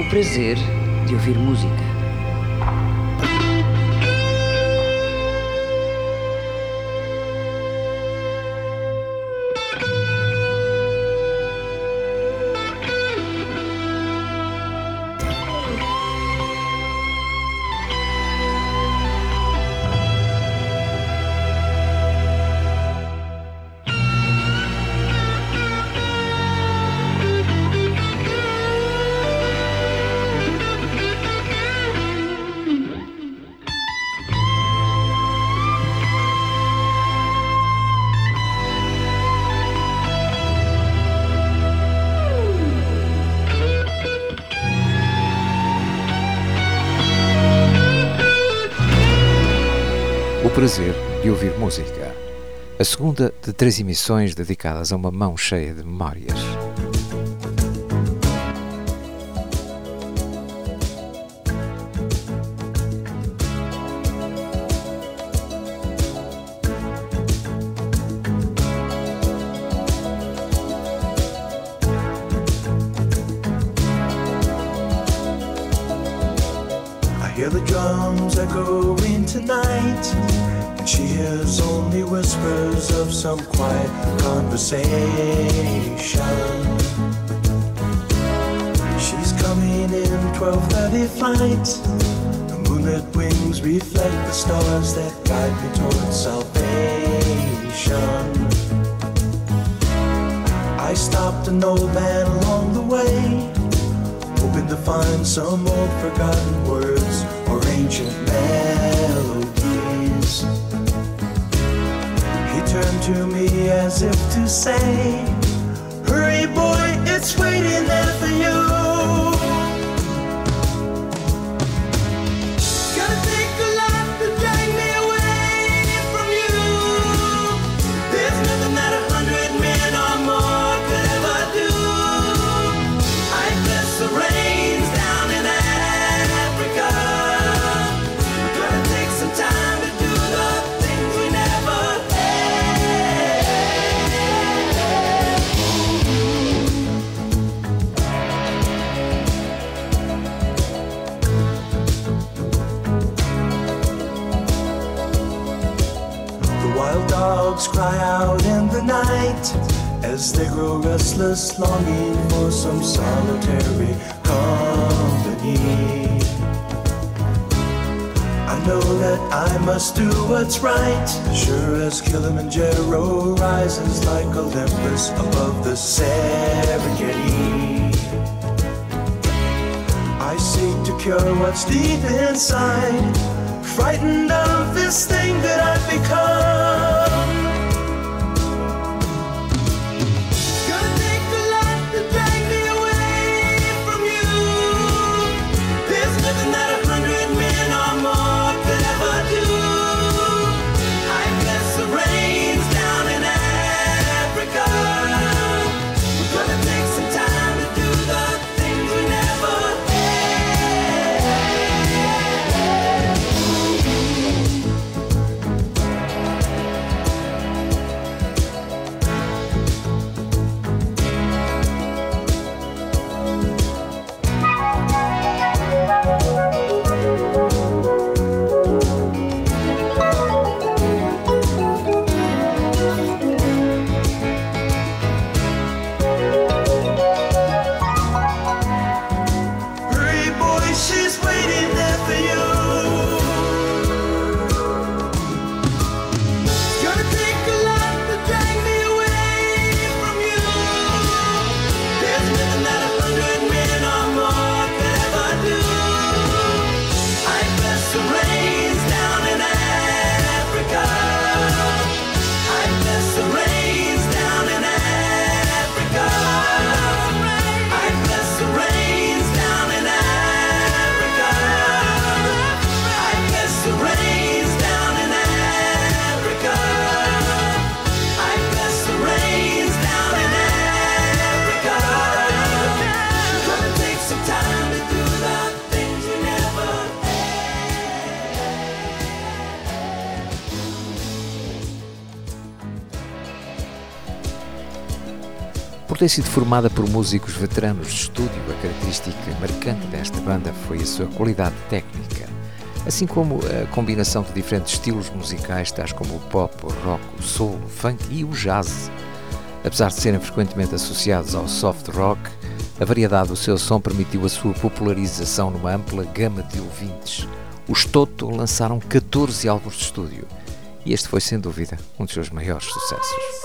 O prazer de ouvir música. O prazer de ouvir música. A segunda de 3 emissões dedicadas a uma mão cheia de memórias. Hear the drums echoing tonight, and she hears only whispers of some quiet conversation. She's coming in 12:30 flight. The moonlit wings reflect the stars that guide me towards salvation. I stopped an old man along the way, hoping to find some old forgotten words or ancient melodies. He turned to me as if to say, hurry boy, it's waiting there for you. It's gonna take a lot to drag me away from you. There's nothing that 100 men or more could ever do. I bless the rains down in Africa. Gonna take some time to do the things we never The wild dogs cry out in the night as they grow restless, longing for some solitary company. I know that I must do what's right, sure as Kilimanjaro rises like Olympus above the Serengeti. I seek to cure what's deep inside, frightened of this thing that I've become. It's gonna take a lot to drag me away from you. There's nothing that 100 men or more could ever do. I bless the rains down in Africa. We're gonna take some time to do the things we never had. ter sido formada por músicos veteranos de estúdio, a característica marcante desta banda foi a sua qualidade técnica, assim como a combinação de diferentes estilos musicais, tais como o pop, o rock, o soul, o funk e o jazz. Apesar de serem frequentemente associados ao soft rock, a variedade do seu som permitiu a sua popularização numa ampla gama de ouvintes. Os Toto lançaram 14 álbuns de estúdio e este foi, sem dúvida, um dos seus maiores sucessos.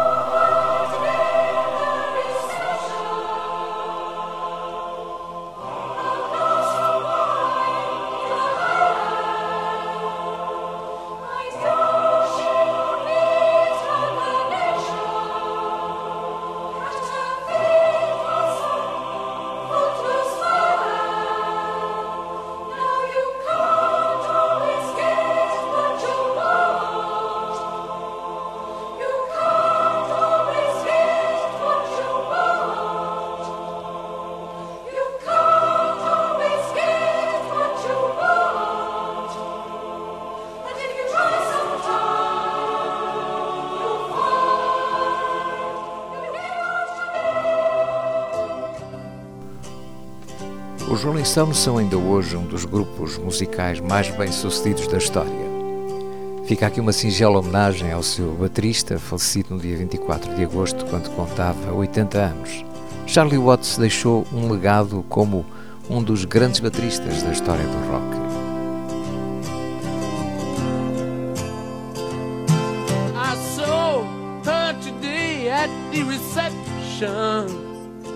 Os Rolling Stones são ainda hoje um dos grupos musicais mais bem-sucedidos da história. Fica aqui uma singela homenagem ao seu baterista, falecido no dia 24 de agosto, quando contava 80 anos. Charlie Watts deixou um legado como um dos grandes bateristas da história do rock. I saw her today at the reception.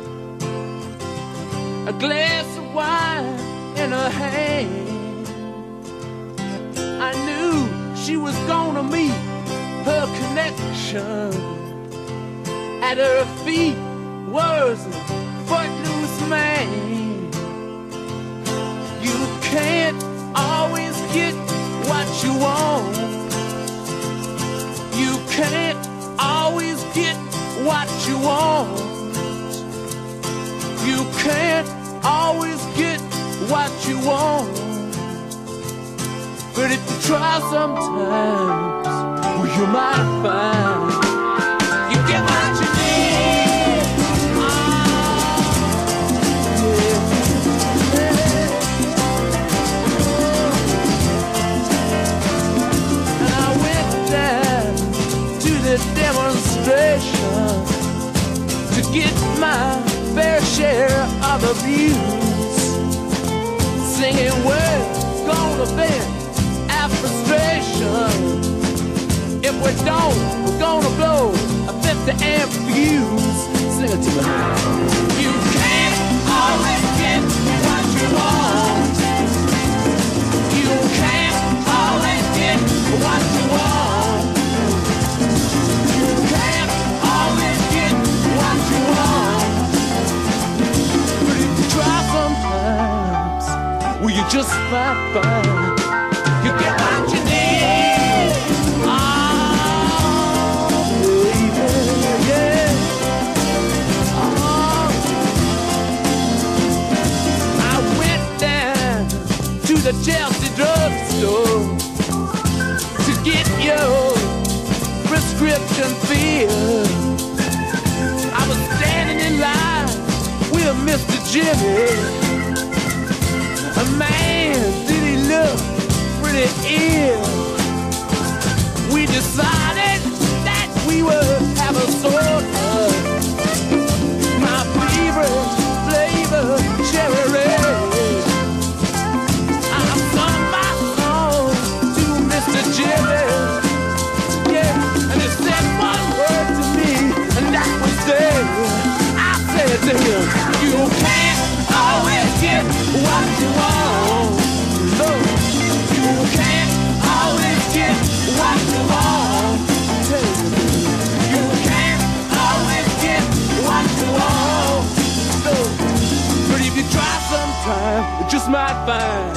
A glass of wine in her hand. I knew she was gonna meet her connection. At her feet was a footloose man. You can't always get what you want. You can't always get what you want. You can't always get what you want. But if you try sometimes, well, you might find you get what you need. And I went down to the demonstration to get my fair share of abuse, singing we're gonna vent our frustration. If we don't, we're gonna blow a 50 amp fuse. Sing it to me. You can't always get what you want. You can't always get what you want. You can't always get what you want. Try sometimes, well, you just might find you get what you need. Oh, baby, yeah. Oh. I went down to the Chelsea drugstore to get your prescription filled. I was standing in line with Mr. Jimmy. A man, did he look pretty ill? We decided that we would have a soda. My favorite flavor, cherry red. I sung my song to Mr. Jimmy. Yeah, and he said one word to me, and that was there. I said to him, you can't always get what you want. No, you can't always get what you want. You can't always get what you want. No, but if you try sometime, you just might find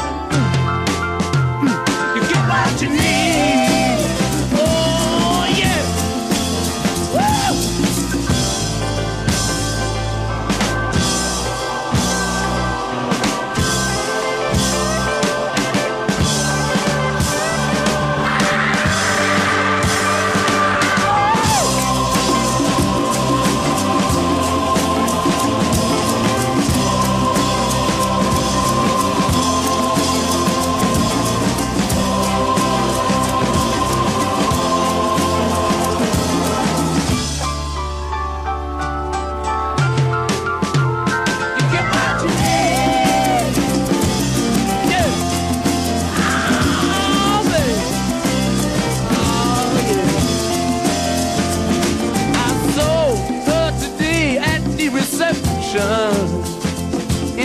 you get what you need. Oh yeah. Woo!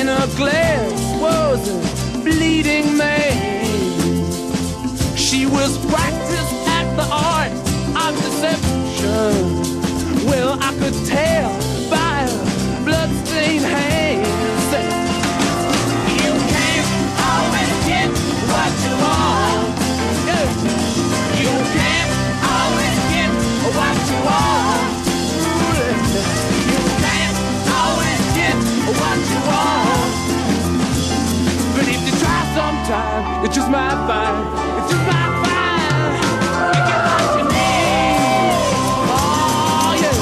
her glass was a bleeding man. She was practiced at the art of deception. Well, I could tell by her bloodstained hands. You can't always get what you want. You can't always get what you want. You can't always get what you want. But if you try sometime, you just might find, you just might find, you get what you need. Oh yeah.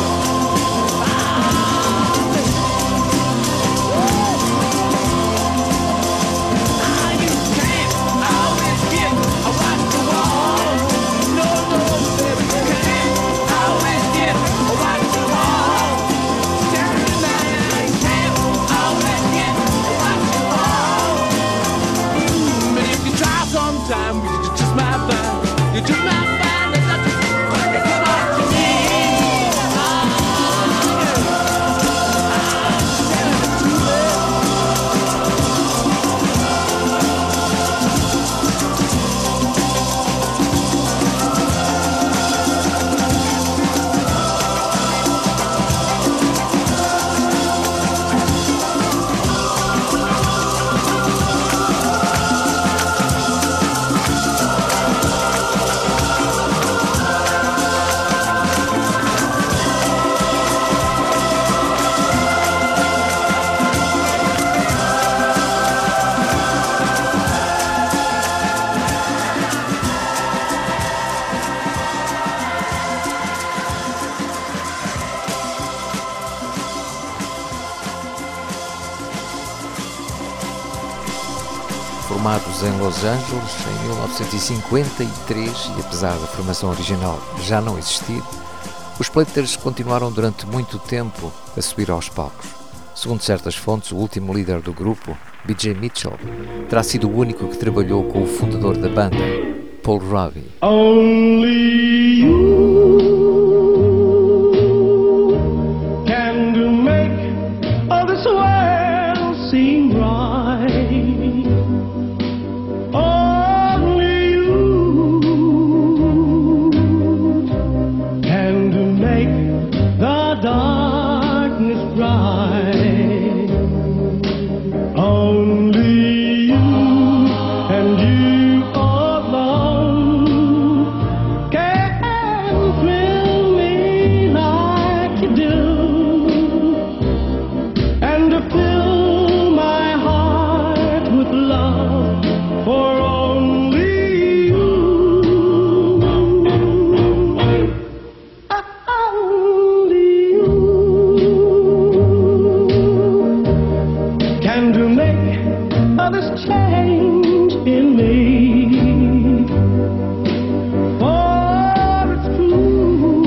You can't always get what you want. No, no, baby, you can't always get what you want. You can't always get what you want. But if you try sometime, you just might find, you just might find that you get what you need. Formados em Los Angeles em 1953 e apesar da formação original já não existir, os Platters continuaram durante muito tempo a subir aos palcos. Segundo certas fontes, o último líder do grupo, B.J. Mitchell, terá sido o único que trabalhou com o fundador da banda, Paul Robbie. Only you can make all this world seem right. Only you can make the darkness bright. Only you and you alone can thrill me like you do, and to fill my heart with love for only you. Only you can to make all this change in me. For it's true,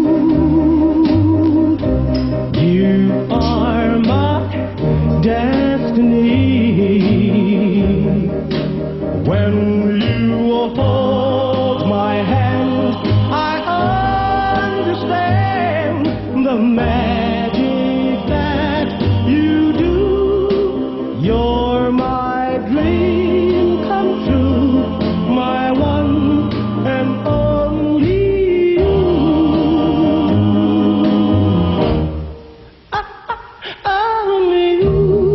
you are my destiny. When you hold my hand, I understand the magic that you do. You're my dream come true, my one and only you. Only you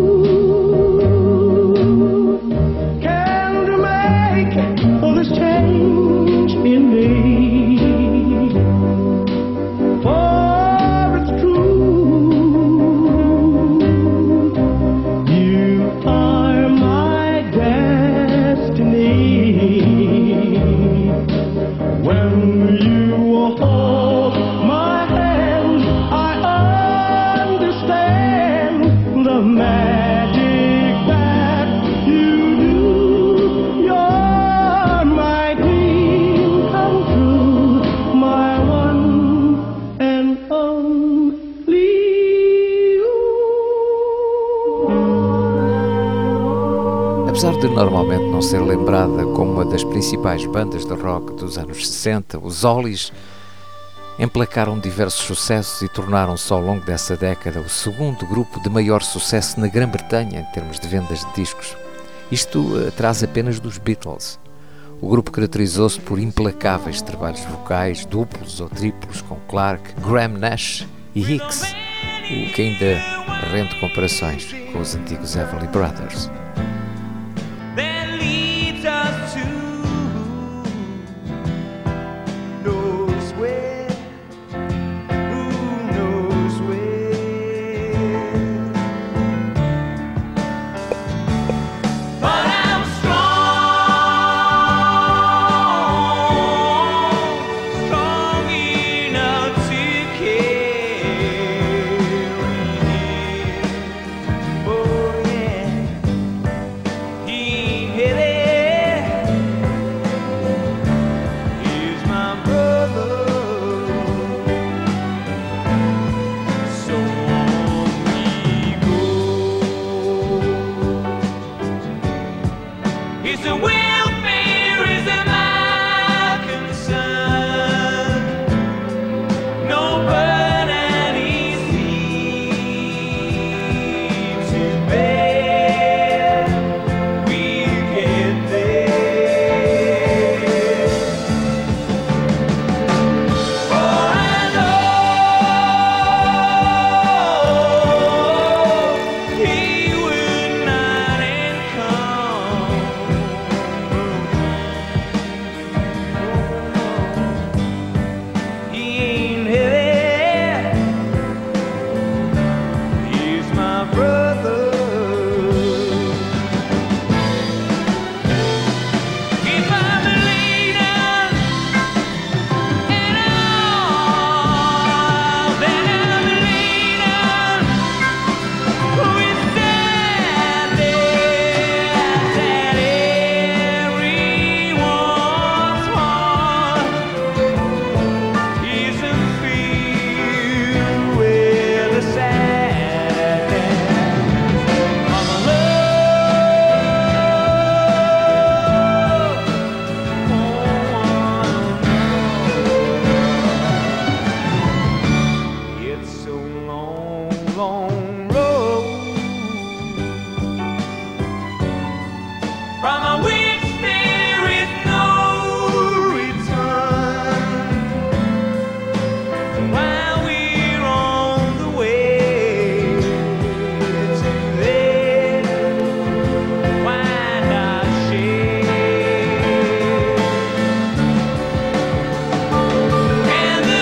can make all this change in me. For it's true, you are my destiny. When you hold my hand, I understand the magic that you do. You're my dream come true, my one and only you. Apesar de normalmente não ser lembrada como uma das principais bandas de rock dos anos 60, os Hollies Emplacaram diversos sucessos e tornaram-se ao longo dessa década o segundo grupo de maior sucesso na Grã-Bretanha em termos de vendas de discos. Isto atrás apenas dos Beatles. O grupo caracterizou-se por implacáveis trabalhos vocais, duplos ou triplos, com Clark, Graham Nash e Hicks, o que ainda rende comparações com os antigos Everly Brothers. That leads us to knows where, who knows where. But I'm strong enough to carry it. Oh yeah. He ain't heavy. He's my brother. So on we go. It's the welfare is my concern. No burden easy to bear. We get there. For I know he would not come. He ain't heavy. He's my brother. If I'm leaning and all that I'm leaning with sadness that everyone's heart is filled with the sadness of a love. It's a long, long road from which there is no return. While we're on the way to there, why not share? And the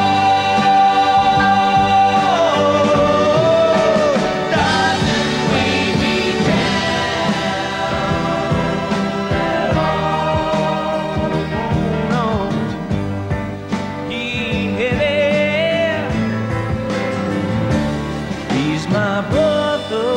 Lord doesn't weigh me down at all. No, he ain't heavy. He's my brother.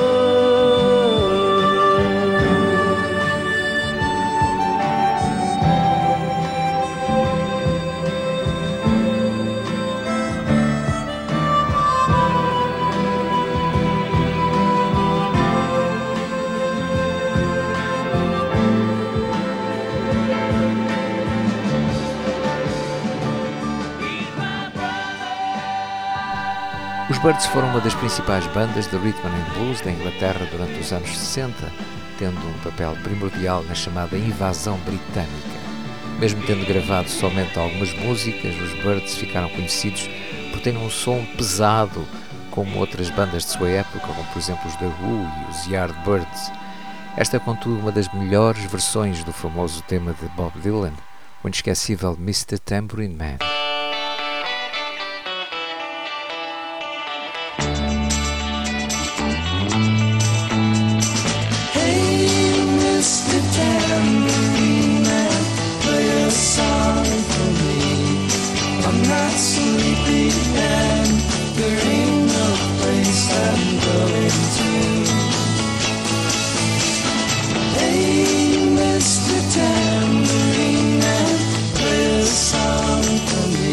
He's my brother. Os Byrds foram uma das principais bandas de rhythm and blues da Inglaterra durante os anos 60, tendo um papel primordial na chamada invasão britânica. Mesmo tendo gravado somente algumas músicas, os Byrds ficaram conhecidos por terem um som pesado, como outras bandas de sua época, como por exemplo os The Who e os Yardbirds. Esta é, contudo, uma das melhores versões do famoso tema de Bob Dylan, o inesquecível Mr. Tambourine Man. Hey, Mr. Tambourine Man, play a song for me. I'm not sleepy and there ain't no place I'm going to. Hey, Mr. Tambourine Man, play a song for me.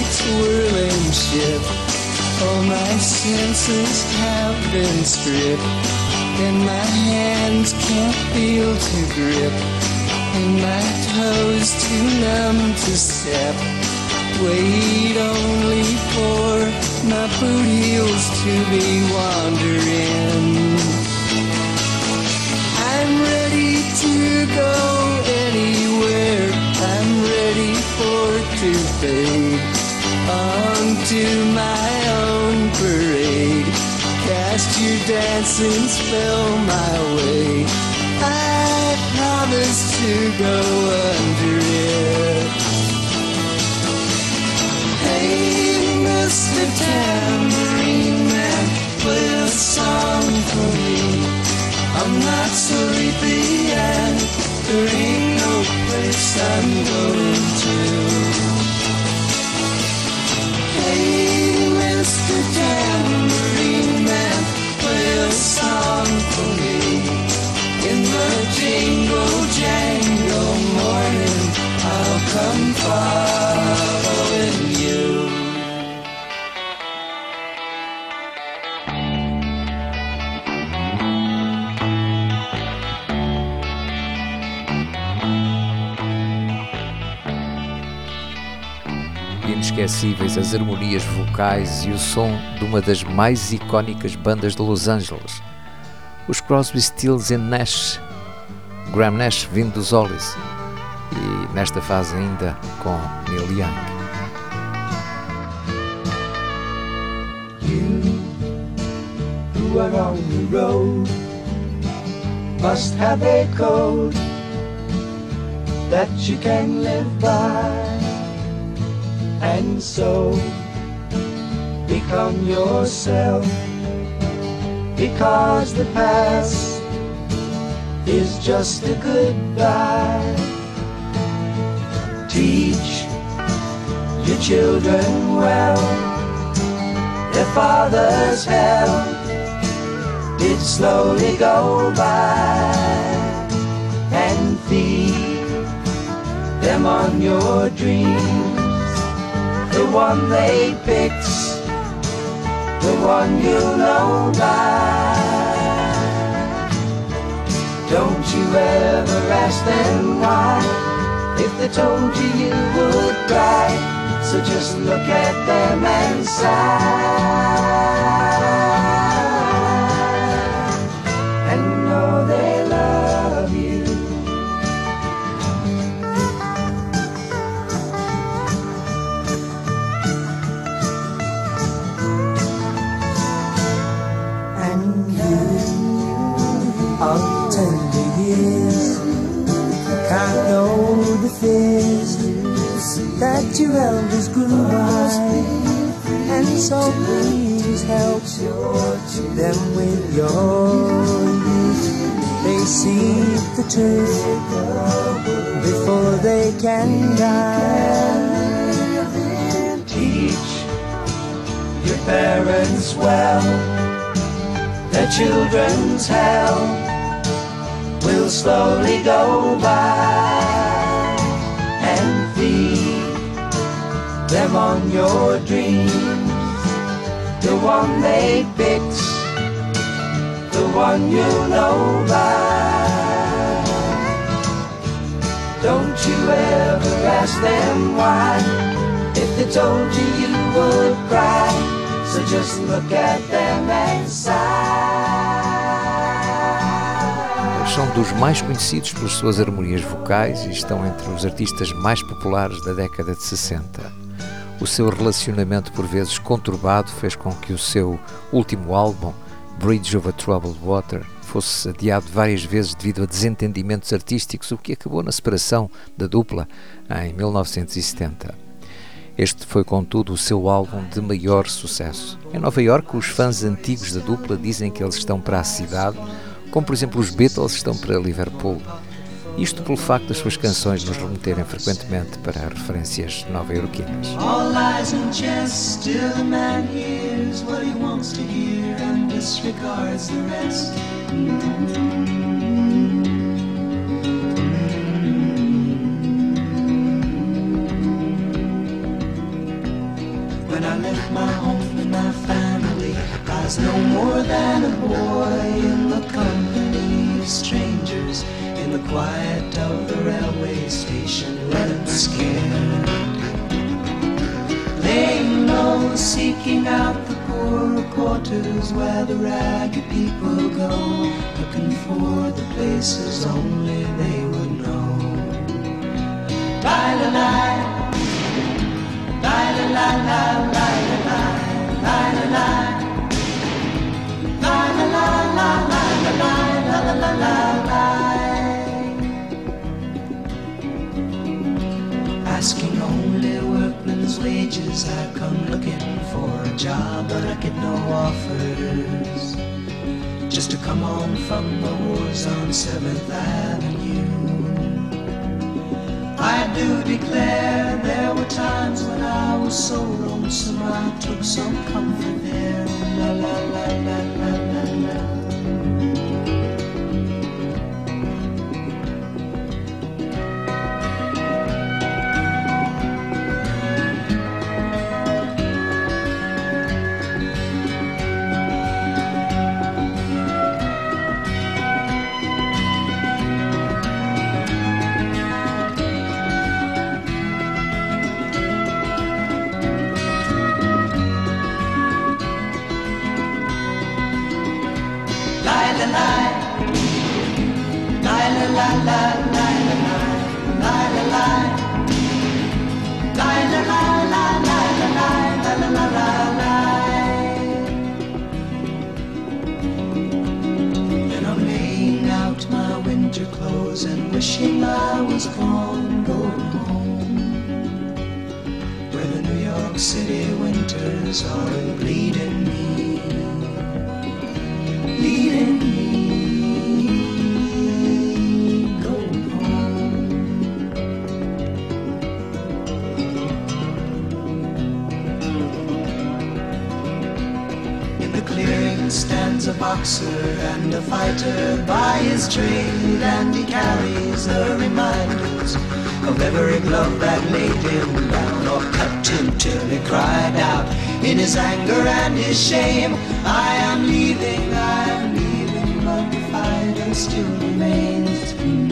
twirling ship. All my senses have been stripped, and my hands can't feel to grip, and my toes too numb to step. Wait only for my boot heels to be wandering. I'm ready to go anywhere, I'm ready for to fade onto my own parade. Cast your dancing spell my way, I promise to go under it. Hey, Mr. Tambourine Man, play a song for me. I'm not sleepy and there ain't no place I'm going to. Hey, Mr. Tambourine Man, play a song for me. In the jingle jangle morning, I'll come following you. Inesquecíveis as harmonias vocais e o som de uma das mais icónicas bandas de Los Angeles, os Crosby, Stills and Nash, Graham Nash vindo dos Hollies, e nesta fase ainda com Neil Young. You who are on the road must have a code that you can live by, and so become yourself, because the past is just a goodbye. Teach your children well, their father's hell did slowly go by, and feed them on your dreams, the one they picked, the one you know by. Don't you ever ask them why, if they told you you would cry, so just look at them and sigh, and know they love you. And you of tender years can't know the fears that your elders grew by, and so please help them with your youth. They see the truth before they can die. Teach your parents well, their children's hell will slowly go by, and feed them on your dreams, the one they picked, the one you know by. Don't you ever ask them why, if they told you you would cry, so just look at them and sigh. São dos mais conhecidos pelas suas harmonias vocais e estão entre os artistas mais populares da década de 60. O seu relacionamento, por vezes conturbado, fez com que o seu último álbum, Bridge Over Troubled Water, fosse adiado várias vezes devido a desentendimentos artísticos, o que acabou na separação da dupla em 1970. Este foi, contudo, o seu álbum de maior sucesso. Em Nova Iorque, os fãs antigos da dupla dizem que eles estão para a cidade, como por exemplo os Beatles estão para Liverpool. Isto pelo facto das suas canções nos remeterem frequentemente para referências nova-iorquinas. All lies and jest, still the man hears what he wants to hear and disregards the rest. was no more than a boy in the company of strangers, in the quiet of the railway station, running scared, laying low, seeking out the poorer quarters where the ragged people go, looking for the places only they would know. La-la-la, asking only workmen's wages, I come looking for a job, but I get no offers. Just to come home from the wars on 7th Avenue. I do declare there were times when I was so lonesome I took some comfort there. La la la la la la la. And wishing I was gone, going home, where the New York City winters are bleeding me, bleeding me, going home. In the clearing stands a boxer and a fighter by his trade, and he carries the reminders of every glove that laid him down or cut him till he cried out in his anger and his shame, I am leaving, but the fighter still remains.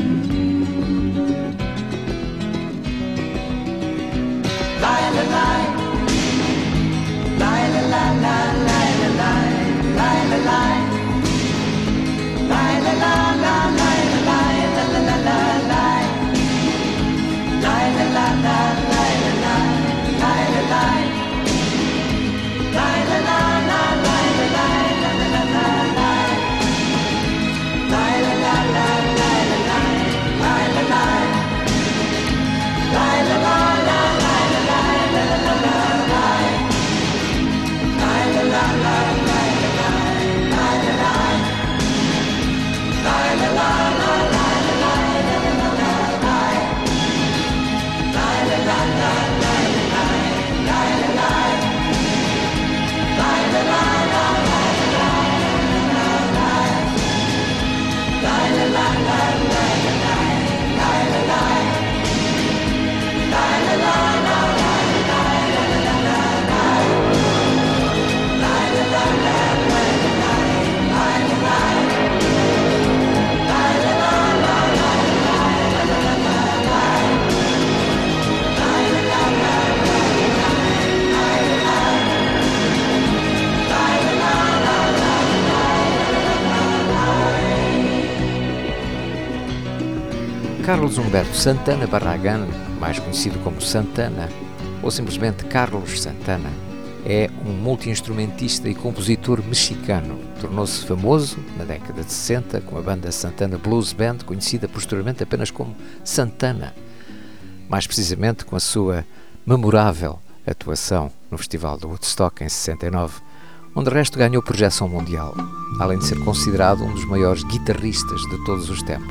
Lie, la, lie, lie, la, la, la, lie, la, lie, lie, la, lie. La la la la la la la la la la la la la la la la Carlos Humberto Santana Barragán, mais conhecido como Santana, ou simplesmente Carlos Santana, é um multi-instrumentista e compositor mexicano. Tornou-se famoso na década de 60 com a banda Santana Blues Band, conhecida posteriormente apenas como Santana, mais precisamente com a sua memorável atuação no Festival de Woodstock em 69, onde de resto ganhou projeção mundial, além de ser considerado um dos maiores guitarristas de todos os tempos.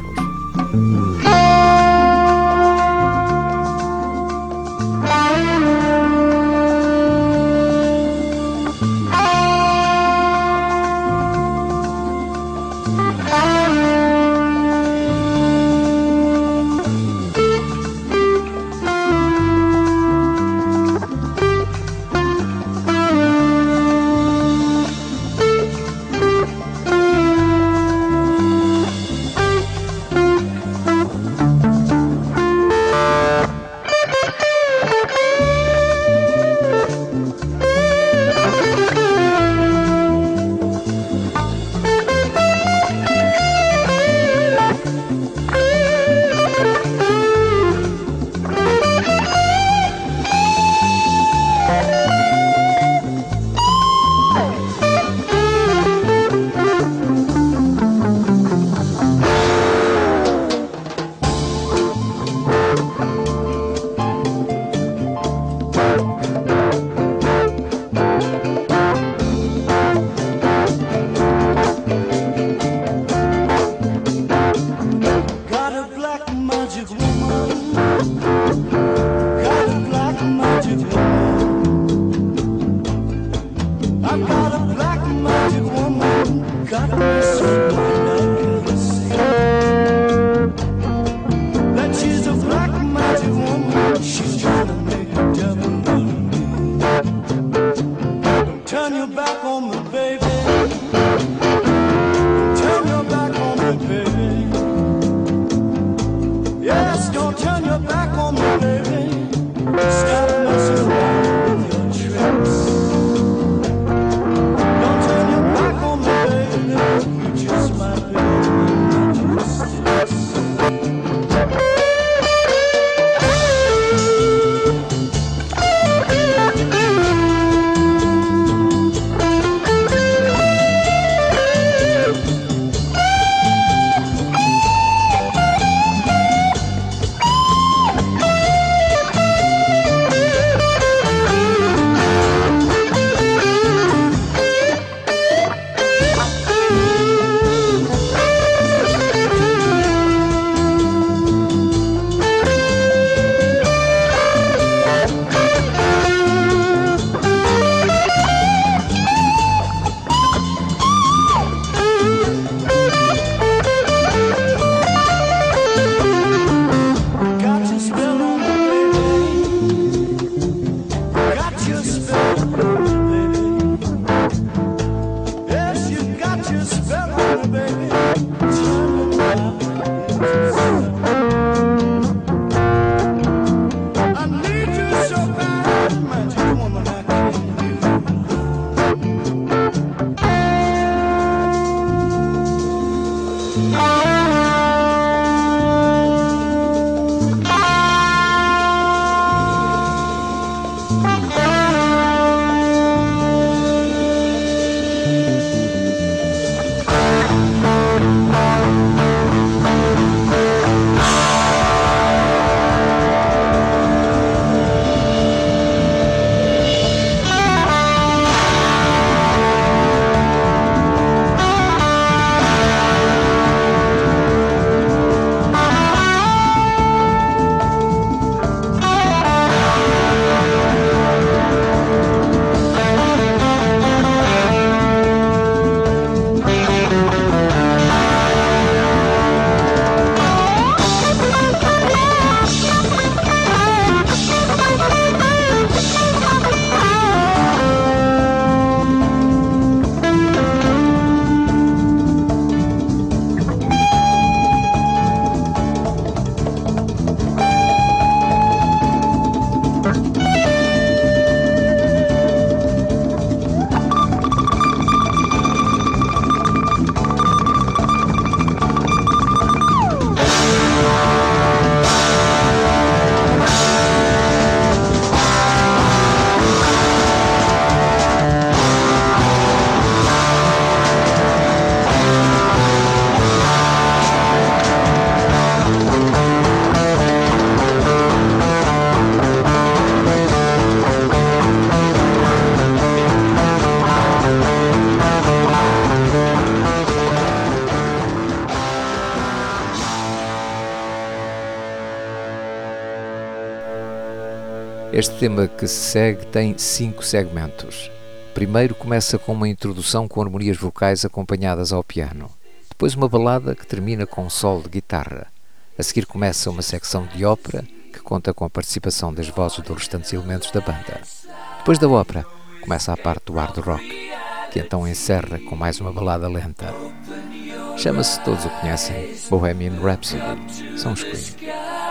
Este tema que se segue tem 5 segmentos. Primeiro começa com uma introdução com harmonias vocais acompanhadas ao piano. Depois uma balada que termina com um solo de guitarra. A seguir começa uma secção de ópera que conta com a participação das vozes dos restantes elementos da banda. Depois da ópera começa a parte do hard rock, que então encerra com mais uma balada lenta. Chama-se, todos o conhecem, Bohemian Rhapsody. São os Queen.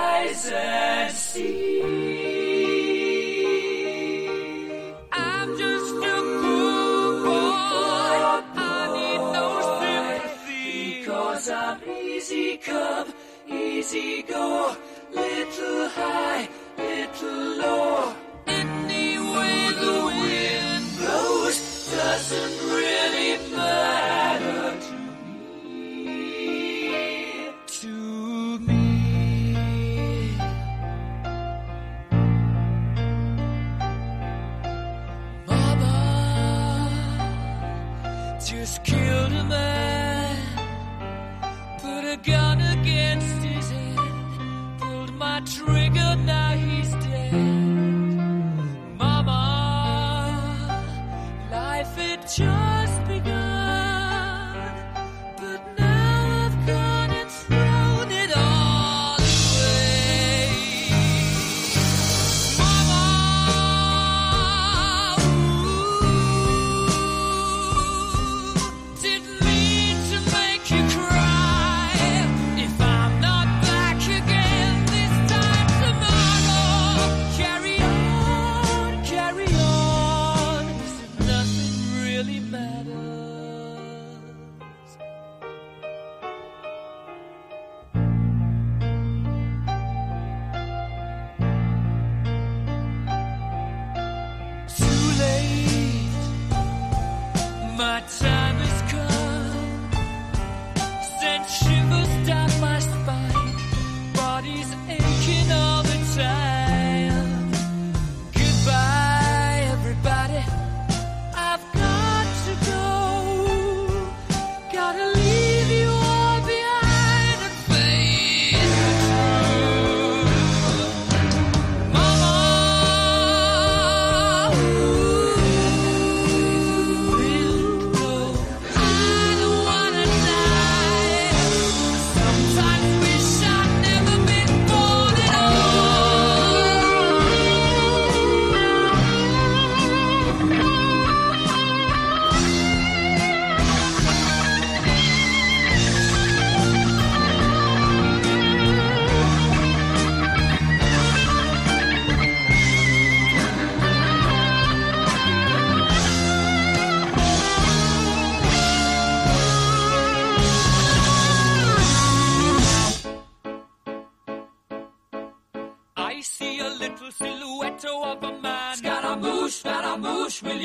Easy come, easy go, little high, little low. Any way the wind blows doesn't really matter to me. Mama just killed a man, put a gun against his head, pulled my trigger, now he's dead. Mama, life had just begun.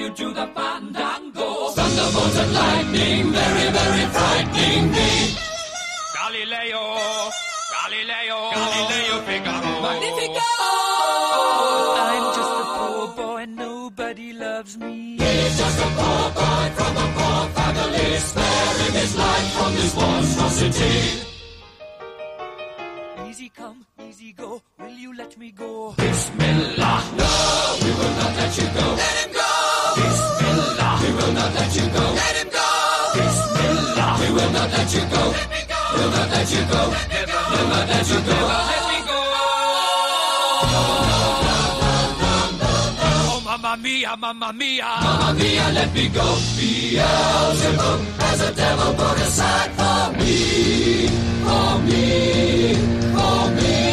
you do the fandango. Thunderbolts and lightning, very, very frightening me. Galileo, Galileo, Galileo Figaro. Magnifico! I'm just a poor boy, nobody loves me. He's just a poor boy from a poor family, sparing his life from this monstrosity. Easy come, easy go, will you let me go? Bismillah, no, we will not let you go. Let him go! Bismillah, we will not let you go. Let him go! Bismillah, we will not let you go. Let me go! We'll not let you go. Never, never let you go. Let me go! Oh, mamma mia, mamma mia. Mamma mia, let me go. Beelzebub has a devil put aside for me. For me. For me.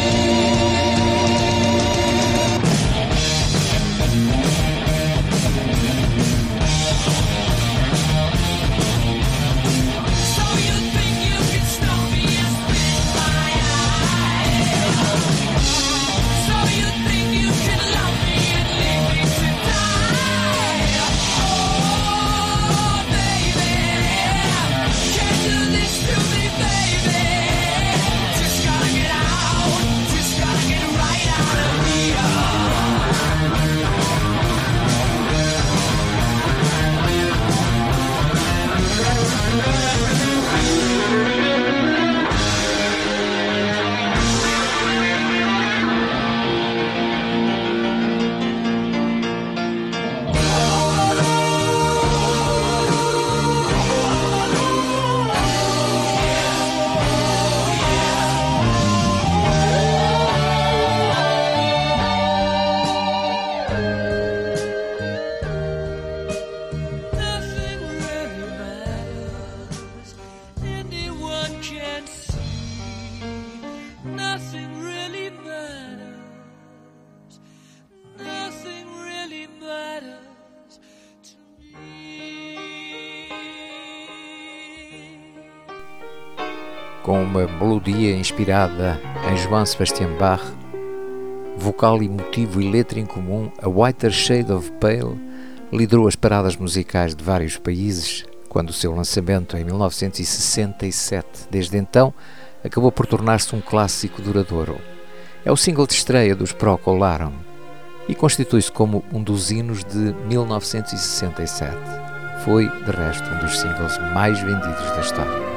Com uma melodia inspirada em Johann Sebastian Bach, vocal emotivo e letra em comum, A Whiter Shade of Pale liderou as paradas musicais de vários países quando o seu lançamento em 1967. Desde então, acabou por tornar-se um clássico duradouro. É o single de estreia dos Procol Harum e constitui-se como um dos hinos de 1967. Foi, de resto, um dos singles mais vendidos da história.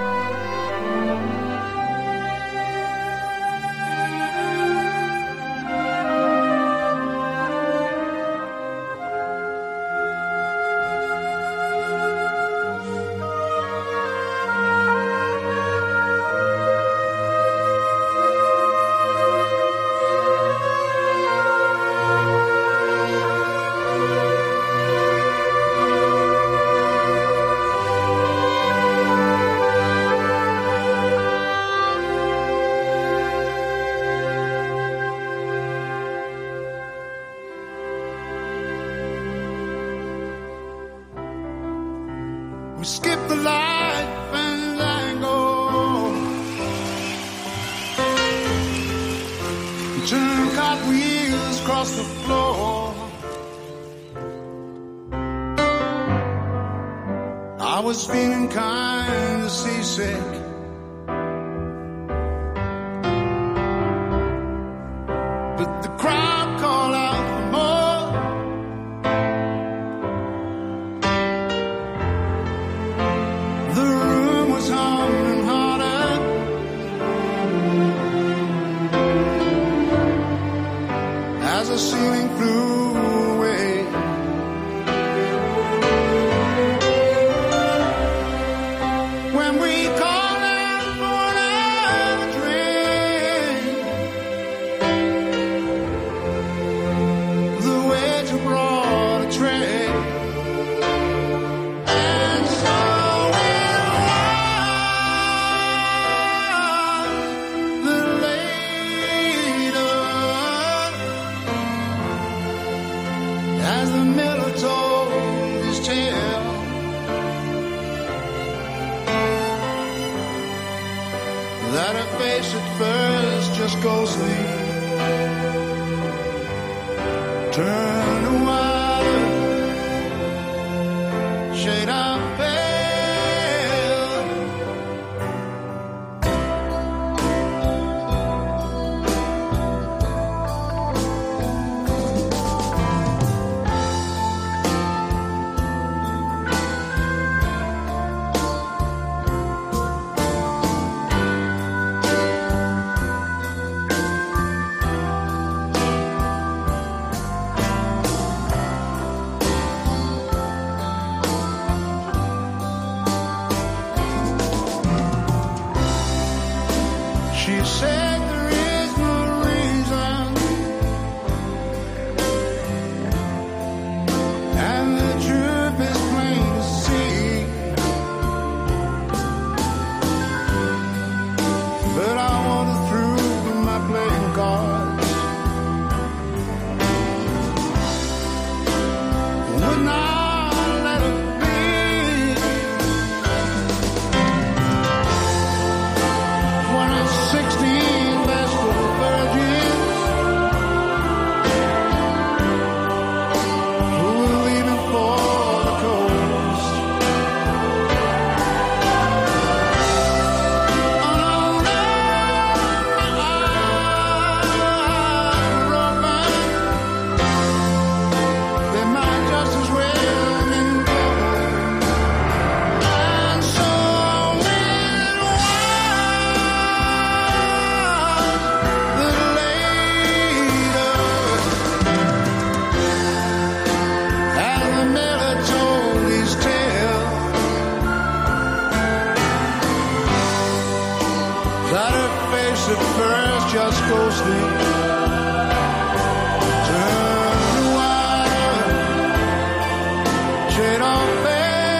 We skip the light fandango, turn cartwheels across the floor. I was feeling kind of seasick, but the crowd called out for more. The ceiling flew away. When we called out for another drink, the waiter brought a tray, and so it was the later, as the miller told his tale, that her face at first just ghostly turned whiter ghostly. Turn wild, trade on fair.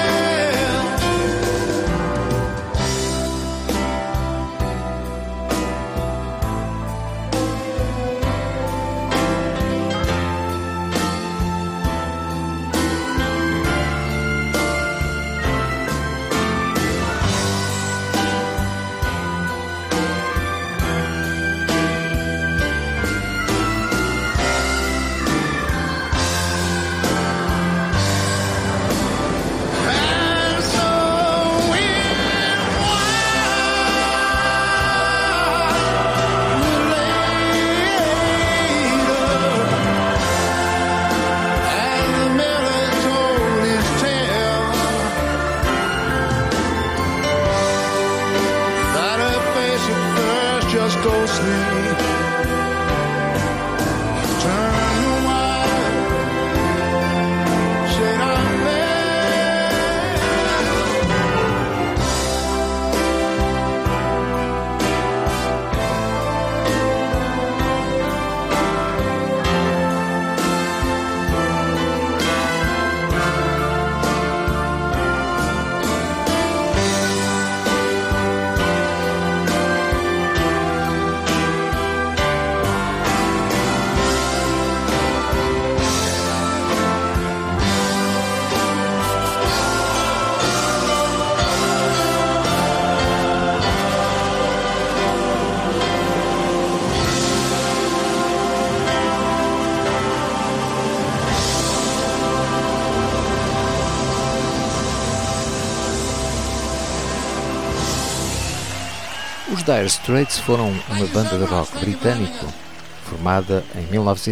Os Dire Straits foram uma banda de rock britânico formada em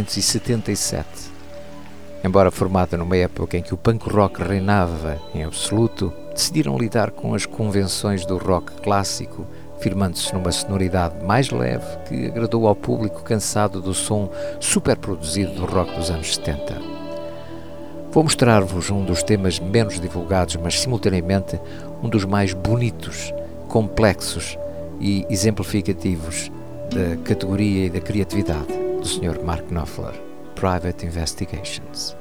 1977. Embora formada numa época em que o punk rock reinava em absoluto, decidiram lidar com as convenções do rock clássico, firmando-se numa sonoridade mais leve que agradou ao público cansado do som superproduzido do rock dos anos 70. Vou mostrar-vos um dos temas menos divulgados, mas simultaneamente um dos mais bonitos, complexos e exemplificativos da categoria e da criatividade do Sr. Mark Knopfler, Private Investigations.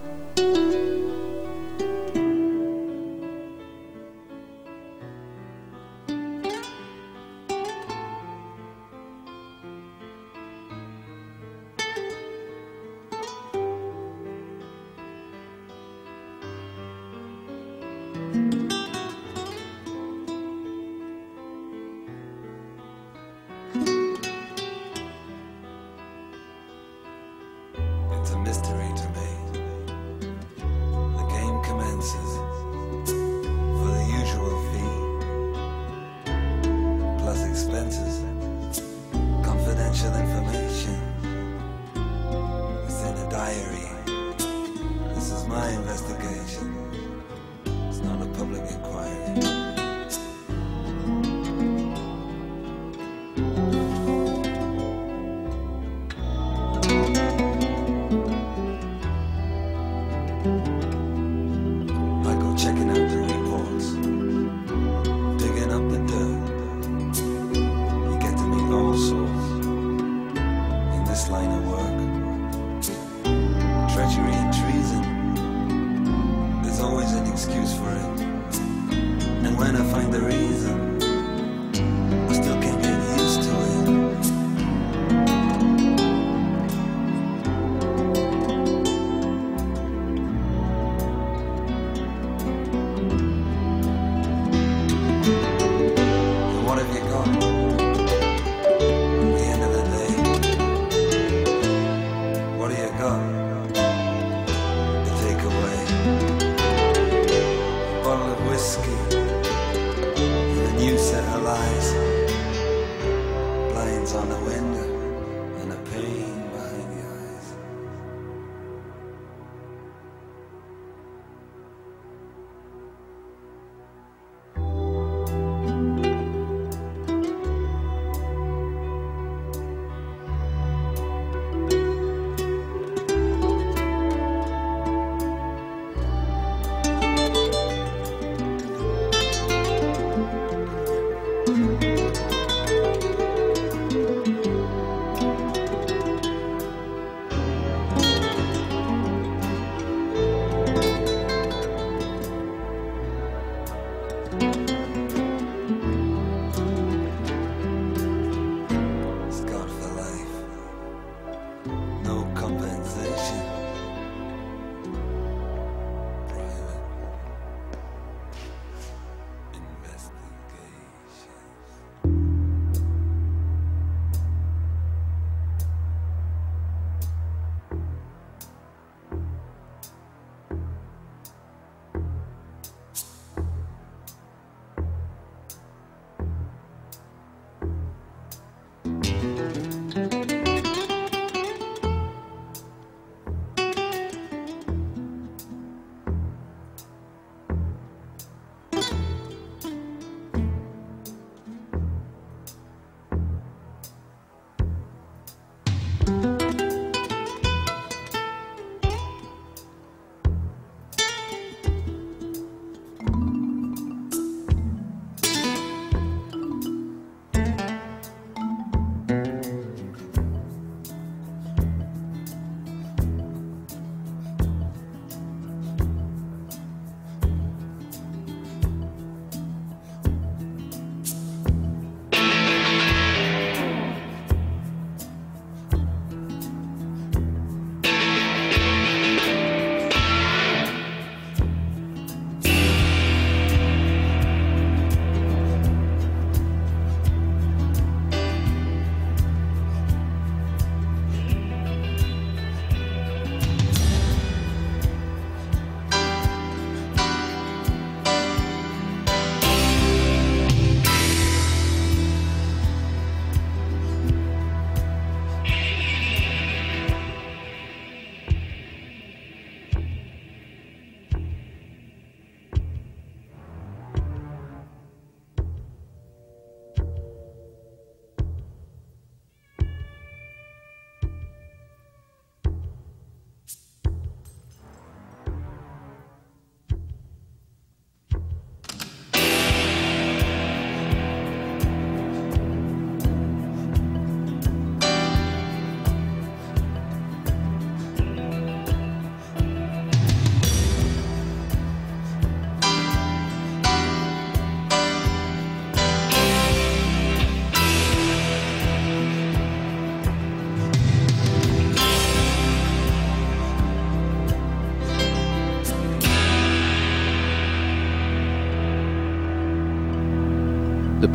It's a mystery to me. The game commences for the usual fee, plus expenses, confidential information. It's in a diary. This is my investigation. It's not a public inquiry. Checking out the reports, digging up the dirt. You get to meet all sorts in this line of work. Treachery and treason, there's always an excuse for it. And when I find the reason, I still can't get used to it. Blinds on the window and a pain behind the eyes.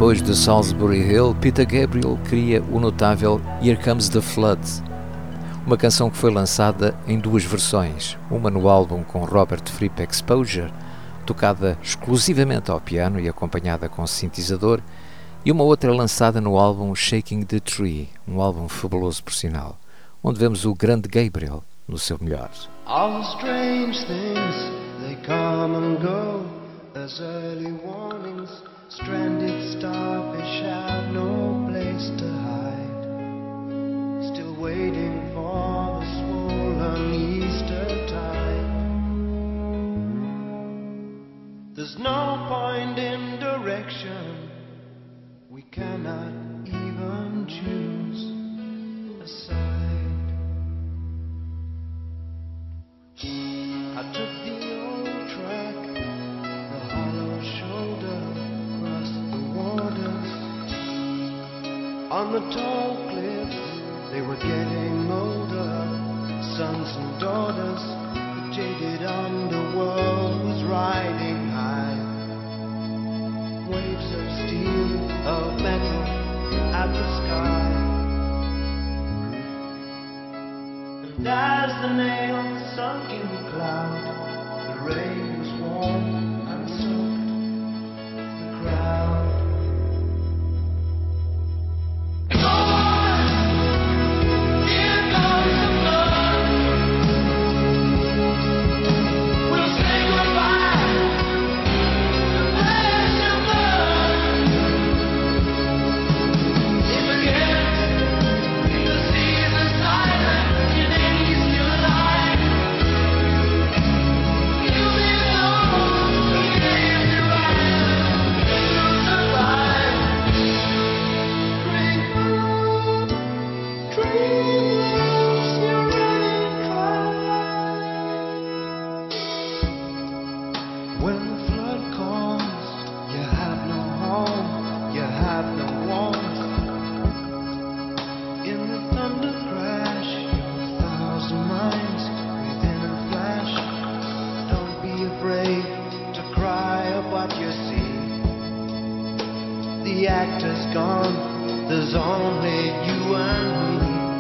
depois de Salisbury Hill, Peter Gabriel cria o notável Here Comes the Flood, uma canção que foi lançada em duas versões, uma no álbum com Robert Fripp Exposure, tocada exclusivamente ao piano e acompanhada com sintetizador, e uma outra lançada no álbum Shaking the Tree, um álbum fabuloso por sinal, onde vemos o grande Gabriel no seu melhor. All the strange things, they come and go as early warnings. Stranded starfish have no place to hide, still waiting for the swollen Easter tide. There's no point in direction, we cannot even choose a side. I took the old track, the hollow shoulder, across the waters. On the tall cliffs, they were getting older, sons and daughters. The jaded underworld was riding high. Waves of steel, of metal, at the sky. And as the nails sunk in the cloud, the rain was warm and soaked the crowd. Here comes the flood. We'll say goodbye to flesh and blood. If again the seas are silent, and he's still alive, you may know he gave you right to survive. Dreams you're inclined. When the flood comes, you have no home, you have no warmth. In the thunder crash, a thousand minds within a flash. Don't be afraid to cry of what you see. The actor's gone, there's only you and me.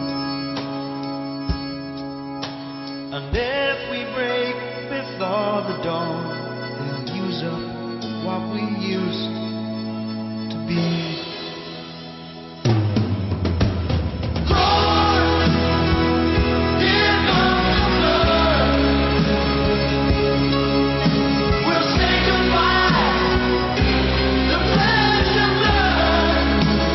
And if we break before the dawn, they'll use up what we used to be. Here comes the flood. We'll say goodbye to flesh and blood.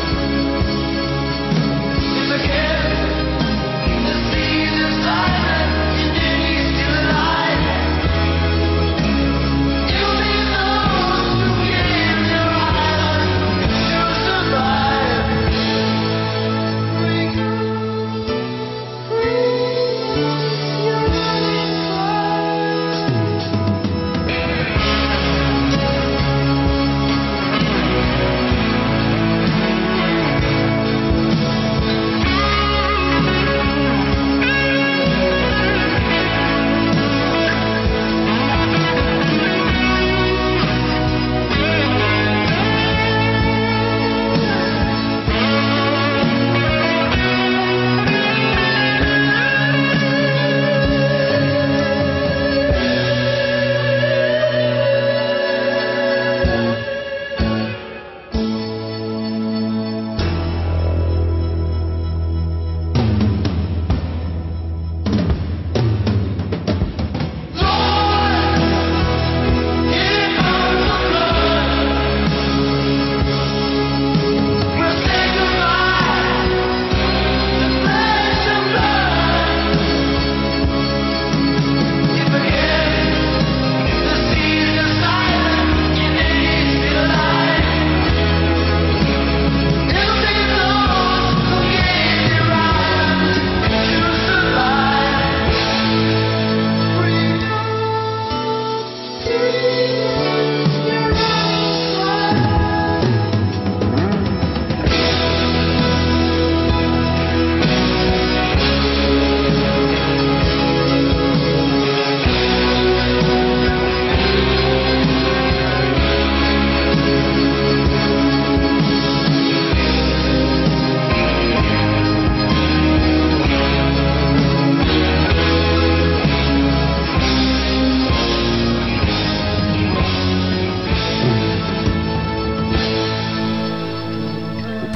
If again the seas are silent, and then he's still alive, you may know who gave you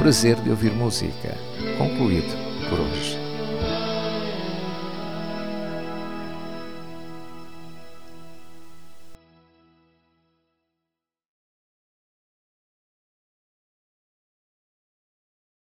prazer de ouvir música. Concluído por hoje.